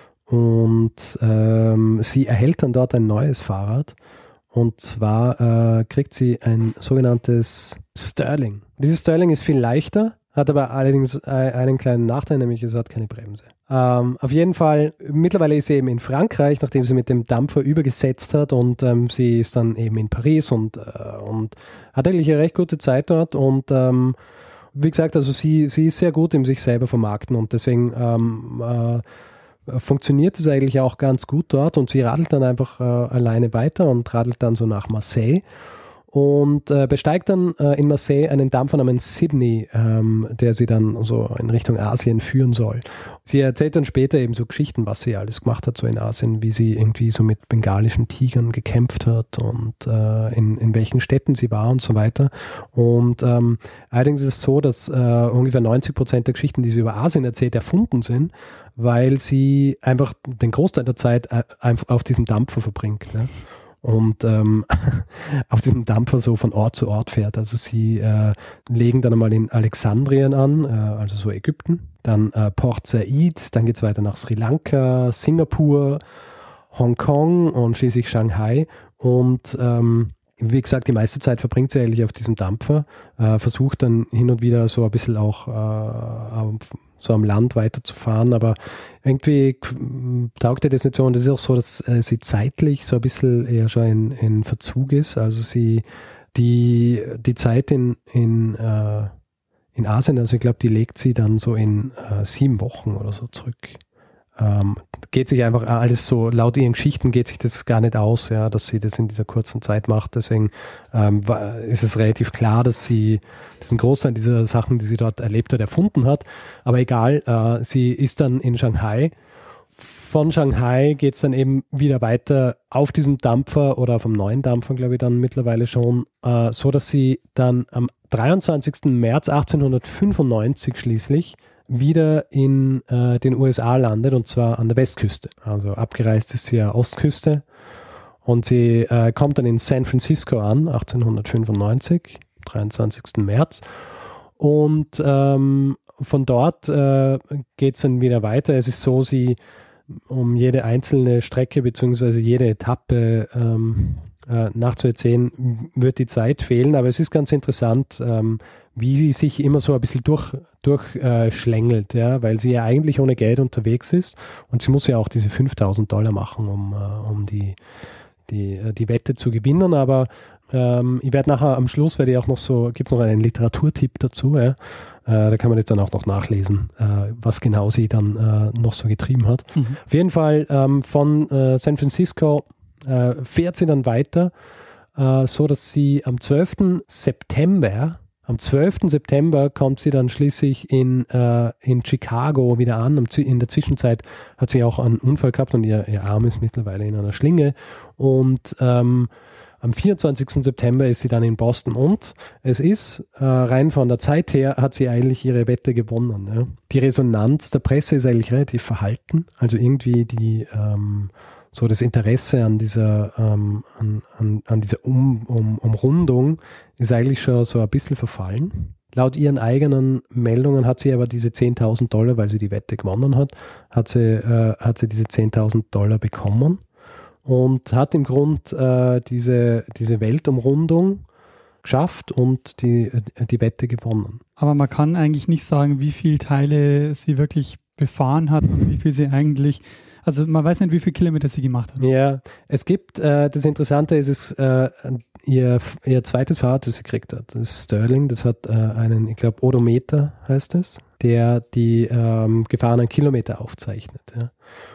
Und ähm, sie erhält dann dort ein neues Fahrrad. Und zwar äh, kriegt sie ein sogenanntes Sterling. Dieses Sterling ist viel leichter, hat aber allerdings einen kleinen Nachteil, nämlich es hat keine Bremse. Ähm, auf jeden Fall, mittlerweile ist sie eben in Frankreich, nachdem sie mit dem Dampfer übergesetzt hat und ähm, sie ist dann eben in Paris und, äh, und hat eigentlich eine recht gute Zeit dort und ähm, wie gesagt, also sie, sie ist sehr gut im sich selber vermarkten und deswegen ähm, äh, funktioniert es eigentlich auch ganz gut dort und sie radelt dann einfach äh, alleine weiter und radelt dann so nach Marseille. Und äh, besteigt dann äh, in Marseille einen Dampfer namens Sydney, ähm, der sie dann so in Richtung Asien führen soll. Sie erzählt dann später eben so Geschichten, was sie alles gemacht hat so in Asien, wie sie irgendwie so mit bengalischen Tigern gekämpft hat und äh, in, in welchen Städten sie war und so weiter. Und ähm, allerdings ist es so, dass äh, ungefähr neunzig Prozent der Geschichten, die sie über Asien erzählt, erfunden sind, weil sie einfach den Großteil der Zeit äh, einfach auf diesem Dampfer verbringt. Ne? Und ähm, auf diesem Dampfer so von Ort zu Ort fährt. Also sie äh, legen dann einmal in Alexandrien an, äh, also so Ägypten, dann äh, Port Said, dann geht es weiter nach Sri Lanka, Singapur, Hongkong und schließlich Shanghai. Und ähm, wie gesagt, die meiste Zeit verbringt sie eigentlich auf diesem Dampfer, äh, versucht dann hin und wieder so ein bisschen auch äh, so am Land weiterzufahren, aber irgendwie taugt ihr das nicht so und es ist auch so, dass äh, sie zeitlich so ein bisschen eher schon in, in Verzug ist, also sie, die, die Zeit in, in, äh, in Asien, also ich glaube, die legt sie dann so in äh, sieben Wochen oder so zurück. Ähm, geht sich einfach alles so, laut ihren Geschichten geht sich das gar nicht aus, ja, dass sie das in dieser kurzen Zeit macht. Deswegen ähm, war, ist es relativ klar, dass sie diesen Großteil dieser Sachen, die sie dort erlebt hat, erfunden hat. Aber egal, äh, sie ist dann in Shanghai. Von Shanghai geht es dann eben wieder weiter auf diesem Dampfer oder auf dem neuen Dampfer, glaube ich, dann mittlerweile schon, äh, so dass sie dann am dreiundzwanzigsten März achtzehnhundertfünfundneunzig schließlich wieder in äh, den U S A landet und zwar an der Westküste. Also abgereist ist sie ja Ostküste und sie äh, kommt dann in San Francisco an, achtzehnhundertfünfundneunzig, dreiundzwanzigsten März und ähm, von dort äh, geht es dann wieder weiter. Es ist so, sie um jede einzelne Strecke bzw. jede Etappe ähm, äh, nachzuerzählen, wird die Zeit fehlen, aber es ist ganz interessant, ähm, wie sie sich immer so ein bisschen durch, durchschlängelt, äh, ja, weil sie ja eigentlich ohne Geld unterwegs ist und sie muss ja auch diese fünftausend Dollar machen, um, äh, um die, die, die Wette zu gewinnen, aber ähm, ich werde nachher am Schluss, werde ich auch noch so, gibt es noch einen Literaturtipp dazu, ja, äh, da kann man jetzt dann auch noch nachlesen, äh, was genau sie dann äh, noch so getrieben hat. Mhm. Auf jeden Fall ähm, von äh, San Francisco äh, fährt sie dann weiter, äh, so dass sie am zwölften September Am zwölften September kommt sie dann schließlich in, äh, in Chicago wieder an. In der Zwischenzeit hat sie auch einen Unfall gehabt und ihr, ihr Arm ist mittlerweile in einer Schlinge. Und ähm, am vierundzwanzigsten September ist sie dann in Boston und es ist, äh, rein von der Zeit her, hat sie eigentlich ihre Wette gewonnen. Ja. Die Resonanz der Presse ist eigentlich relativ verhalten. Also irgendwie die ähm, so das Interesse an dieser, ähm, an, an, an dieser um, um, Umrundung ist eigentlich schon so ein bisschen verfallen. Laut ihren eigenen Meldungen hat sie aber diese zehntausend Dollar, weil sie die Wette gewonnen hat, hat sie, äh, hat sie diese zehntausend Dollar bekommen und hat im Grund äh, diese, diese Weltumrundung geschafft und die, die Wette gewonnen. Aber man kann eigentlich nicht sagen, wie viele Teile sie wirklich befahren hat und wie viel sie eigentlich, also man weiß nicht, wie viele Kilometer sie gemacht hat. Ja, es gibt, äh, das Interessante ist, es, äh, ihr, ihr zweites Fahrrad, das sie gekriegt hat, das ist Sterling, das hat äh, einen, ich glaube, Odometer heißt es, der die ähm, gefahrenen Kilometer aufzeichnet. Ja.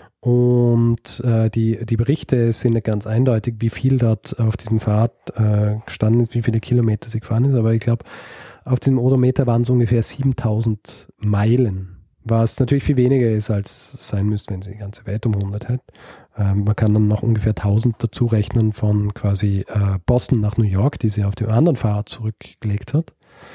Und äh, die, die Berichte sind nicht ganz eindeutig, wie viel dort auf diesem Fahrrad äh, gestanden ist, wie viele Kilometer sie gefahren ist, aber ich glaube, auf diesem Odometer waren es ungefähr siebentausend Meilen, was natürlich viel weniger ist, als sein müsste, wenn sie die ganze Welt umrundet hätte. Ähm, man kann dann noch ungefähr tausend dazu rechnen von quasi äh, Boston nach New York, die sie auf dem anderen Fahrrad zurückgelegt hat.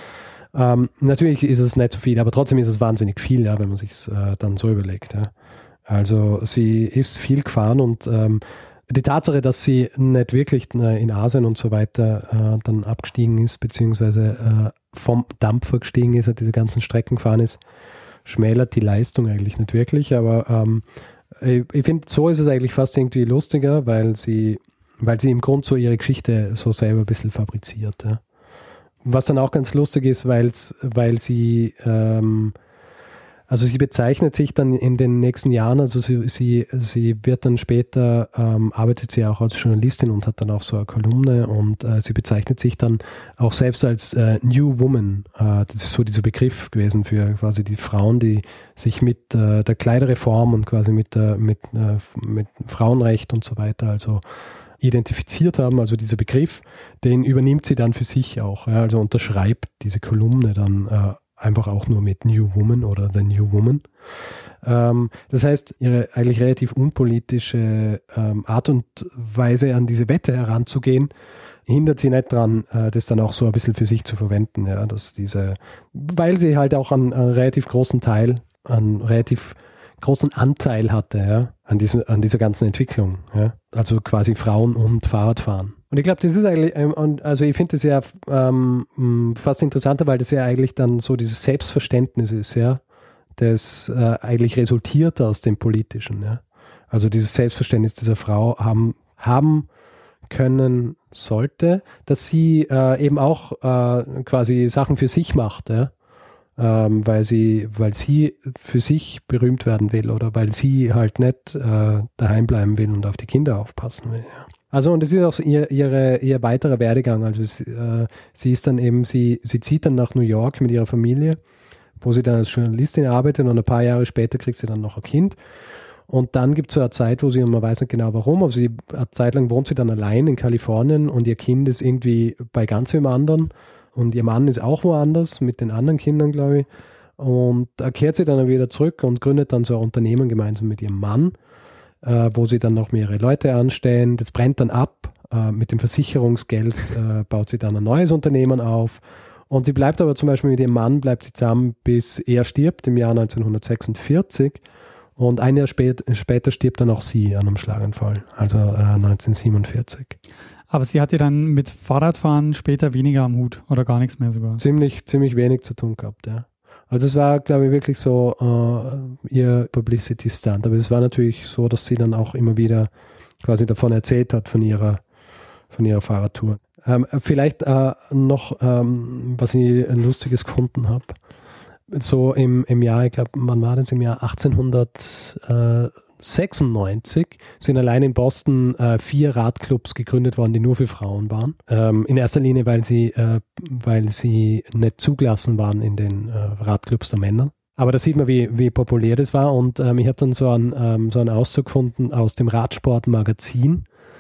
Ähm, natürlich ist es nicht so viel, aber trotzdem ist es wahnsinnig viel, ja, wenn man sich es äh, dann so überlegt. Ja. Also sie ist viel gefahren und ähm, die Tatsache, dass sie nicht wirklich äh, in Asien und so weiter äh, dann abgestiegen ist, beziehungsweise äh, vom Dampfer gestiegen ist, diese ganzen Strecken gefahren ist, schmälert die Leistung eigentlich nicht wirklich, aber ähm, ich, ich finde, so ist es eigentlich fast irgendwie lustiger, weil sie, weil sie im Grunde so ihre Geschichte so selber ein bisschen fabriziert. Ja. Was dann auch ganz lustig ist, weil's, weil sie ähm, also sie bezeichnet sich dann in den nächsten Jahren, also sie, sie, sie wird dann später, ähm, arbeitet sie auch als Journalistin und hat dann auch so eine Kolumne und äh, sie bezeichnet sich dann auch selbst als äh, New Woman. Äh, das ist so dieser Begriff gewesen für quasi die Frauen, die sich mit äh, der Kleiderreform und quasi mit, äh, mit, äh, mit Frauenrecht und so weiter, also identifiziert haben, also dieser Begriff, den übernimmt sie dann für sich auch, ja, also unterschreibt diese Kolumne dann äh, einfach auch nur mit New Woman oder The New Woman. Ähm, das heißt, ihre eigentlich relativ unpolitische ähm, Art und Weise an diese Wette heranzugehen, hindert sie nicht dran, äh, das dann auch so ein bisschen für sich zu verwenden. Ja, dass diese, weil sie halt auch einen, einen relativ großen Teil, einen relativ großen Anteil hatte, ja, an, diese, an dieser ganzen Entwicklung. Ja. Also quasi Frauen und Fahrradfahren. Und ich glaube, das ist eigentlich, also ich finde das ja ähm, fast interessanter, weil das ja eigentlich dann so dieses Selbstverständnis ist, ja, das äh, eigentlich resultiert aus dem Politischen, ja. Also dieses Selbstverständnis dieser Frau haben, haben können sollte, dass sie äh, eben auch äh, quasi Sachen für sich macht, ja. Ähm, weil sie, weil sie für sich berühmt werden will oder weil sie halt nicht äh, daheim bleiben will und auf die Kinder aufpassen will, ja. Also und das ist auch ihr, ihre, ihr weiterer Werdegang. Also sie, äh, sie ist dann eben, sie, sie zieht dann nach New York mit ihrer Familie, wo sie dann als Journalistin arbeitet und ein paar Jahre später kriegt sie dann noch ein Kind. Und dann gibt es so eine Zeit, wo sie, und man weiß nicht genau warum, aber sie, eine Zeit lang wohnt sie dann allein in Kalifornien und ihr Kind ist irgendwie bei ganz wem anderen und ihr Mann ist auch woanders mit den anderen Kindern, glaube ich. Und da kehrt sie dann wieder zurück und gründet dann so ein Unternehmen gemeinsam mit ihrem Mann, äh, wo sie dann noch mehrere Leute anstellen. Das brennt dann ab. Äh, mit dem Versicherungsgeld äh, baut sie dann ein neues Unternehmen auf. Und sie bleibt aber zum Beispiel mit ihrem Mann, bleibt sie zusammen, bis er stirbt im Jahr neunzehnhundertsechsundvierzig. Und ein Jahr spät, später stirbt dann auch sie an einem Schlaganfall, also äh, neunzehnhundertsiebenundvierzig. Aber sie hatte dann mit Fahrradfahren später weniger am Hut oder gar nichts mehr sogar? Ziemlich, ziemlich wenig zu tun gehabt, ja. Also es war, glaube ich, wirklich so äh, ihr Publicity-Stunt. Aber es war natürlich so, dass sie dann auch immer wieder quasi davon erzählt hat, von ihrer, von ihrer Fahrradtour. Ähm, vielleicht äh, noch, ähm, was ich Lustiges gefunden habe. So im, im Jahr, ich glaube, wann war das? Im Jahr achtzehnhundertsechsundneunzig sind allein in Boston äh, vier Radclubs gegründet worden, die nur für Frauen waren. Ähm, in erster Linie, weil sie, äh, weil sie nicht zugelassen waren in den äh, Radclubs der Männer. Aber da sieht man, wie, wie populär das war. Und ähm, ich habe dann so einen, ähm, so einen Auszug gefunden aus dem Radsportmagazin,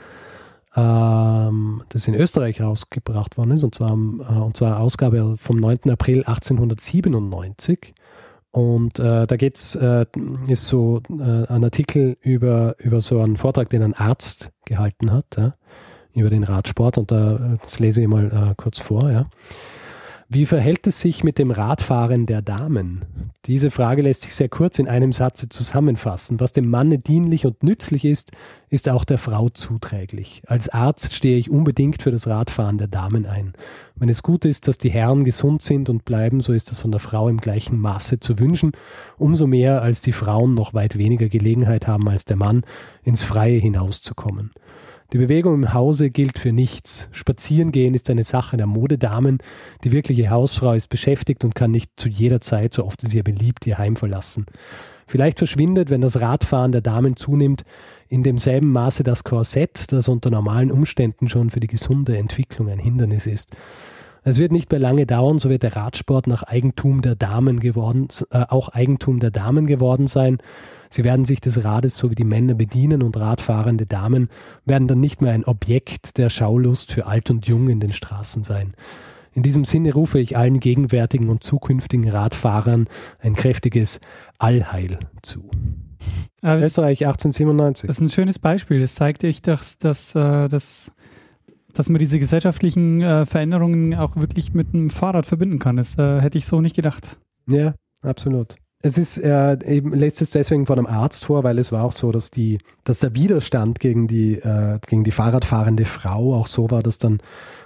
das in Österreich rausgebracht worden ist, und zwar, und zwar Ausgabe vom neunten April achtzehnhundertsiebenundneunzig. Und äh, da geht's, äh, ist so äh, ein Artikel über, über so einen Vortrag, den ein Arzt gehalten hat, ja, über den Radsport. Und da, das lese ich mal äh, kurz vor. Ja. Wie verhält es sich mit dem Radfahren der Damen? Diese Frage lässt sich sehr kurz in einem Satze zusammenfassen. Was dem Manne dienlich und nützlich ist, ist auch der Frau zuträglich. Als Arzt stehe ich unbedingt für das Radfahren der Damen ein. Wenn es gut ist, dass die Herren gesund sind und bleiben, so ist das von der Frau im gleichen Maße zu wünschen. Umso mehr, als die Frauen noch weit weniger Gelegenheit haben als der Mann, ins Freie hinauszukommen. Die Bewegung im Hause gilt für nichts. Spazierengehen ist eine Sache der Modedamen. Die wirkliche Hausfrau ist beschäftigt und kann nicht zu jeder Zeit, so oft es ihr beliebt, ihr Heim verlassen. Vielleicht verschwindet, wenn das Radfahren der Damen zunimmt, in demselben Maße das Korsett, das unter normalen Umständen schon für die gesunde Entwicklung ein Hindernis ist. Es wird nicht mehr lange dauern, so wird der Radsport nach Eigentum der Damen geworden, äh, auch Eigentum der Damen geworden sein. Sie werden sich des Rades so wie die Männer bedienen und radfahrende Damen werden dann nicht mehr ein Objekt der Schaulust für Alt und Jung in den Straßen sein. In diesem Sinne rufe ich allen gegenwärtigen und zukünftigen Radfahrern ein kräftiges Allheil zu. Aber Österreich achtzehnhundertsiebenundneunzig. Das ist ein schönes Beispiel. Das zeigt echt, dass, dass, äh, dass dass man diese gesellschaftlichen äh, Veränderungen auch wirklich mit einem Fahrrad verbinden kann. Das äh, hätte ich so nicht gedacht. Ja, absolut. Es ist äh, eben, lässt es deswegen von einem Arzt vor, weil es war auch so, dass die, dass der Widerstand gegen die, äh, gegen die Fahrradfahrende Frau auch so war, dass dann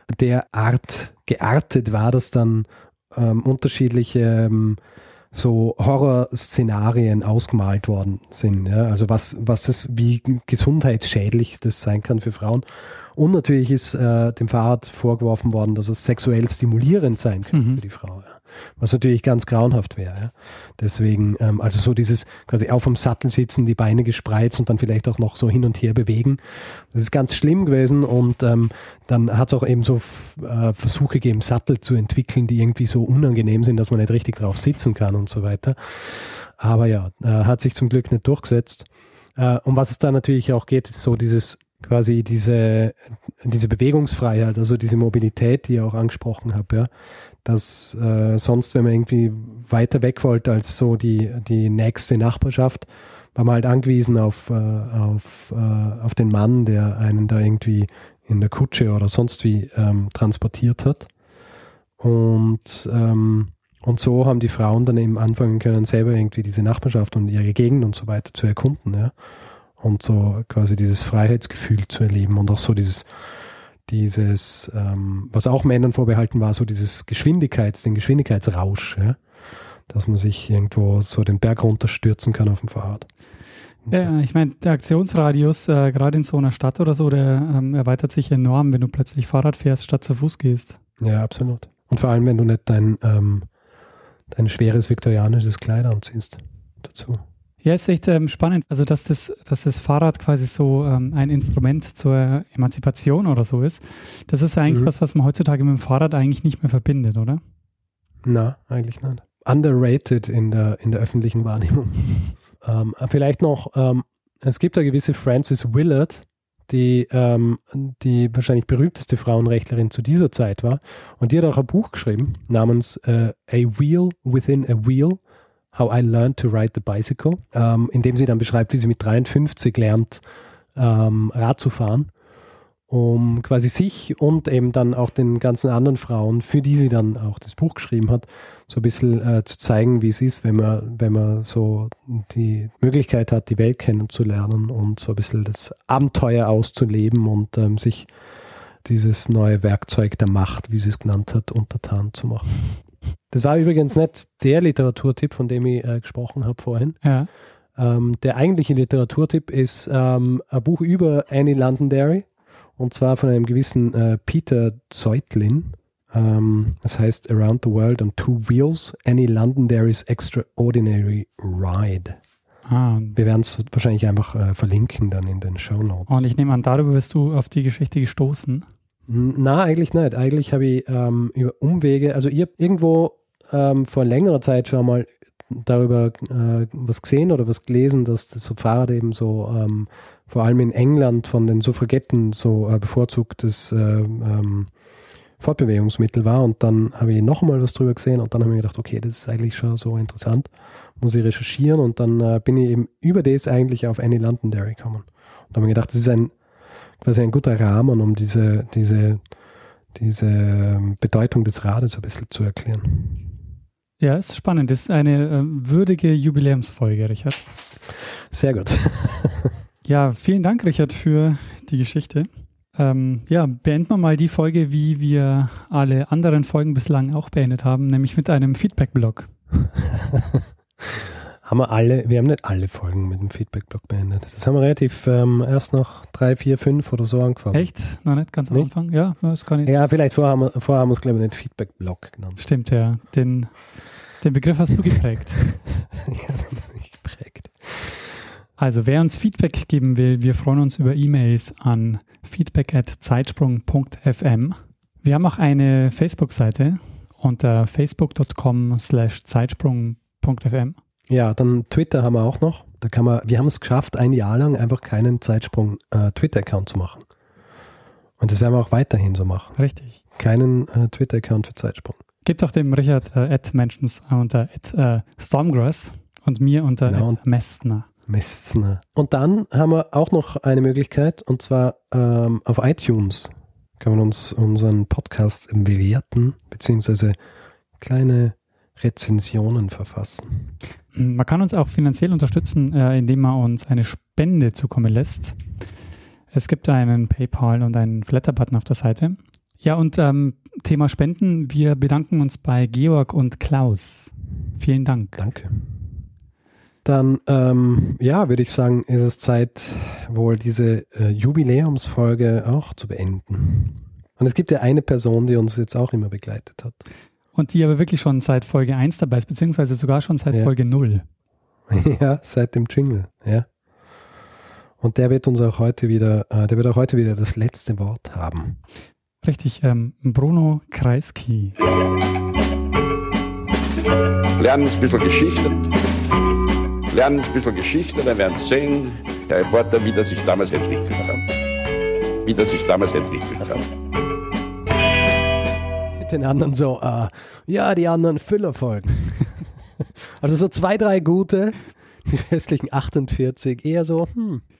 derart geartet war, dass dann ähm, unterschiedliche ähm, so Horrorszenarien ausgemalt worden sind. Ja? Also was, was das, wie gesundheitsschädlich das sein kann für Frauen. Und natürlich ist äh, dem Fahrrad vorgeworfen worden, dass es sexuell stimulierend sein könnte mhm. für die Frau. Ja. Was natürlich ganz grauenhaft wäre. Ja. Deswegen, ähm, also so dieses quasi auf dem Sattel sitzen, die Beine gespreizt und dann vielleicht auch noch so hin und her bewegen. Das ist ganz schlimm gewesen und ähm, dann hat es auch eben so f- äh, Versuche gegeben, Sattel zu entwickeln, die irgendwie so unangenehm sind, dass man nicht richtig drauf sitzen kann und so weiter. Aber ja, äh, hat sich zum Glück nicht durchgesetzt. Äh, um was es da natürlich auch geht, ist so dieses quasi diese, diese Bewegungsfreiheit, also diese Mobilität, die ich auch angesprochen habe, ja, dass äh, sonst, wenn man irgendwie weiter weg wollte als so die, die nächste Nachbarschaft, war man halt angewiesen auf, äh, auf, äh, auf den Mann, der einen da irgendwie in der Kutsche oder sonst wie ähm, transportiert hat. Und, ähm, und so haben die Frauen dann eben anfangen können, selber irgendwie diese Nachbarschaft und ihre Gegend und so weiter zu erkunden, ja. Und so quasi dieses Freiheitsgefühl zu erleben und auch so dieses, dieses, ähm, was auch Männern vorbehalten war, so dieses Geschwindigkeits, den Geschwindigkeitsrausch, ja? Dass man sich irgendwo so den Berg runterstürzen kann auf dem Fahrrad. Und ja, so. Ich meine, der Aktionsradius, äh, gerade in so einer Stadt oder so, der ähm, erweitert sich enorm, wenn du plötzlich Fahrrad fährst, statt zu Fuß gehst. Ja, absolut. Und vor allem, wenn du nicht dein, ähm, dein schweres viktorianisches Kleid anziehst dazu. Ja, ist echt ähm, spannend. Also, dass das, dass das Fahrrad quasi so ähm, ein Instrument zur Emanzipation oder so ist, das ist ja eigentlich mhm. was, was man heutzutage mit dem Fahrrad eigentlich nicht mehr verbindet, oder? Na, eigentlich nicht. Underrated in der, in der öffentlichen Wahrnehmung. ähm, vielleicht noch, ähm, es gibt eine gewisse Frances Willard, die, ähm, die wahrscheinlich berühmteste Frauenrechtlerin zu dieser Zeit war. Und die hat auch ein Buch geschrieben namens äh, A Wheel Within a Wheel, How I Learned to Ride the Bicycle, ähm, in dem sie dann beschreibt, wie sie mit dreiundfünfzig lernt, ähm, Rad zu fahren, um quasi sich und eben dann auch den ganzen anderen Frauen, für die sie dann auch das Buch geschrieben hat, so ein bisschen äh, zu zeigen, wie es ist, wenn man, wenn man so die Möglichkeit hat, die Welt kennenzulernen und so ein bisschen das Abenteuer auszuleben und ähm, sich dieses neue Werkzeug der Macht, wie sie es genannt hat, untertan zu machen. Das war übrigens nicht der Literaturtipp, von dem ich äh, gesprochen habe vorhin. Ja. Ähm, der eigentliche Literaturtipp ist ähm, ein Buch über Annie Londonderry, und zwar von einem gewissen äh, Peter Zeutlin. Ähm, das heißt Around the World on Two Wheels, Annie Londonderry's Extraordinary Ride. Ah. Wir werden es wahrscheinlich einfach äh, verlinken dann in den Shownotes. Und ich nehme an, darüber bist du auf die Geschichte gestoßen. Na, eigentlich nicht. Eigentlich habe ich ähm, über Umwege, also ich habe irgendwo ähm, vor längerer Zeit schon mal darüber äh, was gesehen oder was gelesen, dass das so Fahrrad eben so ähm, vor allem in England von den Suffragetten so äh, bevorzugtes äh, ähm, Fortbewegungsmittel war, und dann habe ich noch mal was drüber gesehen und dann habe ich mir gedacht, okay, das ist eigentlich schon so interessant, muss ich recherchieren, und dann äh, bin ich eben über das eigentlich auf Annie Londonderry gekommen und habe mir gedacht, das ist ein quasi ein guter Rahmen, um diese, diese, diese Bedeutung des Rades ein bisschen zu erklären. Ja, ist spannend. Das ist eine äh, würdige Jubiläumsfolge, Richard. Sehr gut. Ja, vielen Dank, Richard, für die Geschichte. Ähm, ja, beenden wir mal die Folge, wie wir alle anderen Folgen bislang auch beendet haben, nämlich mit einem Feedback-Blog. Haben wir alle, wir haben nicht alle Folgen mit dem Feedback-Blog beendet. Das haben wir relativ ähm, erst noch drei, vier, fünf oder so angefangen. Echt? Noch nicht ganz am nicht? Anfang? Ja, das kann ich. Ja, vielleicht vorher haben wir, vorher haben wir es, glaube ich, nicht Feedback-Blog genannt. Stimmt, ja. Den, den Begriff hast du geprägt. Ja, den habe ich geprägt. Also, wer uns Feedback geben will, wir freuen uns über E-Mails an feedback at zeitsprung punkt f m. Wir haben auch eine Facebook-Seite unter facebook.com slash zeitsprung.fm. Ja, dann Twitter haben wir auch noch. Da kann man, wir haben es geschafft, ein Jahr lang einfach keinen Zeitsprung-Twitter-Account zu machen. Und das werden wir auch weiterhin so machen. Richtig. Keinen äh, Twitter-Account für Zeitsprung. Gebt doch dem Richard äh, at Mentions äh, unter at äh, Stormgrass und mir unter Genau. at Mestner. Messner. Und dann haben wir auch noch eine Möglichkeit, und zwar ähm, auf iTunes kann man uns unseren Podcast bewerten, beziehungsweise kleine Rezensionen verfassen. Man kann uns auch finanziell unterstützen, äh, indem man uns eine Spende zukommen lässt. Es gibt einen PayPal und einen Flatter-Button auf der Seite. Ja, und ähm, Thema Spenden, wir bedanken uns bei Georg und Klaus. Vielen Dank. Danke. Dann, ähm, ja, würde ich sagen, ist es Zeit, wohl diese äh, Jubiläumsfolge auch zu beenden. Und es gibt ja eine Person, die uns jetzt auch immer begleitet hat. Und die aber wirklich schon seit Folge eins dabei ist, beziehungsweise sogar schon seit Ja. Folge null. Ja, seit dem Jingle, ja. Und der wird uns auch heute wieder, äh, der wird auch heute wieder das letzte Wort haben. Richtig, ähm, Bruno Kreisky. Lernen ein bisschen Geschichte. Lernen ein bisschen Geschichte, dann werden Sie sehen, der Reporter, wie das sich damals entwickelt hat. Wie das sich damals entwickelt hat. Mit den anderen so, äh, ja, die anderen Füllerfolgen. Also so zwei, drei gute, die restlichen achtundvierzig eher so, hm.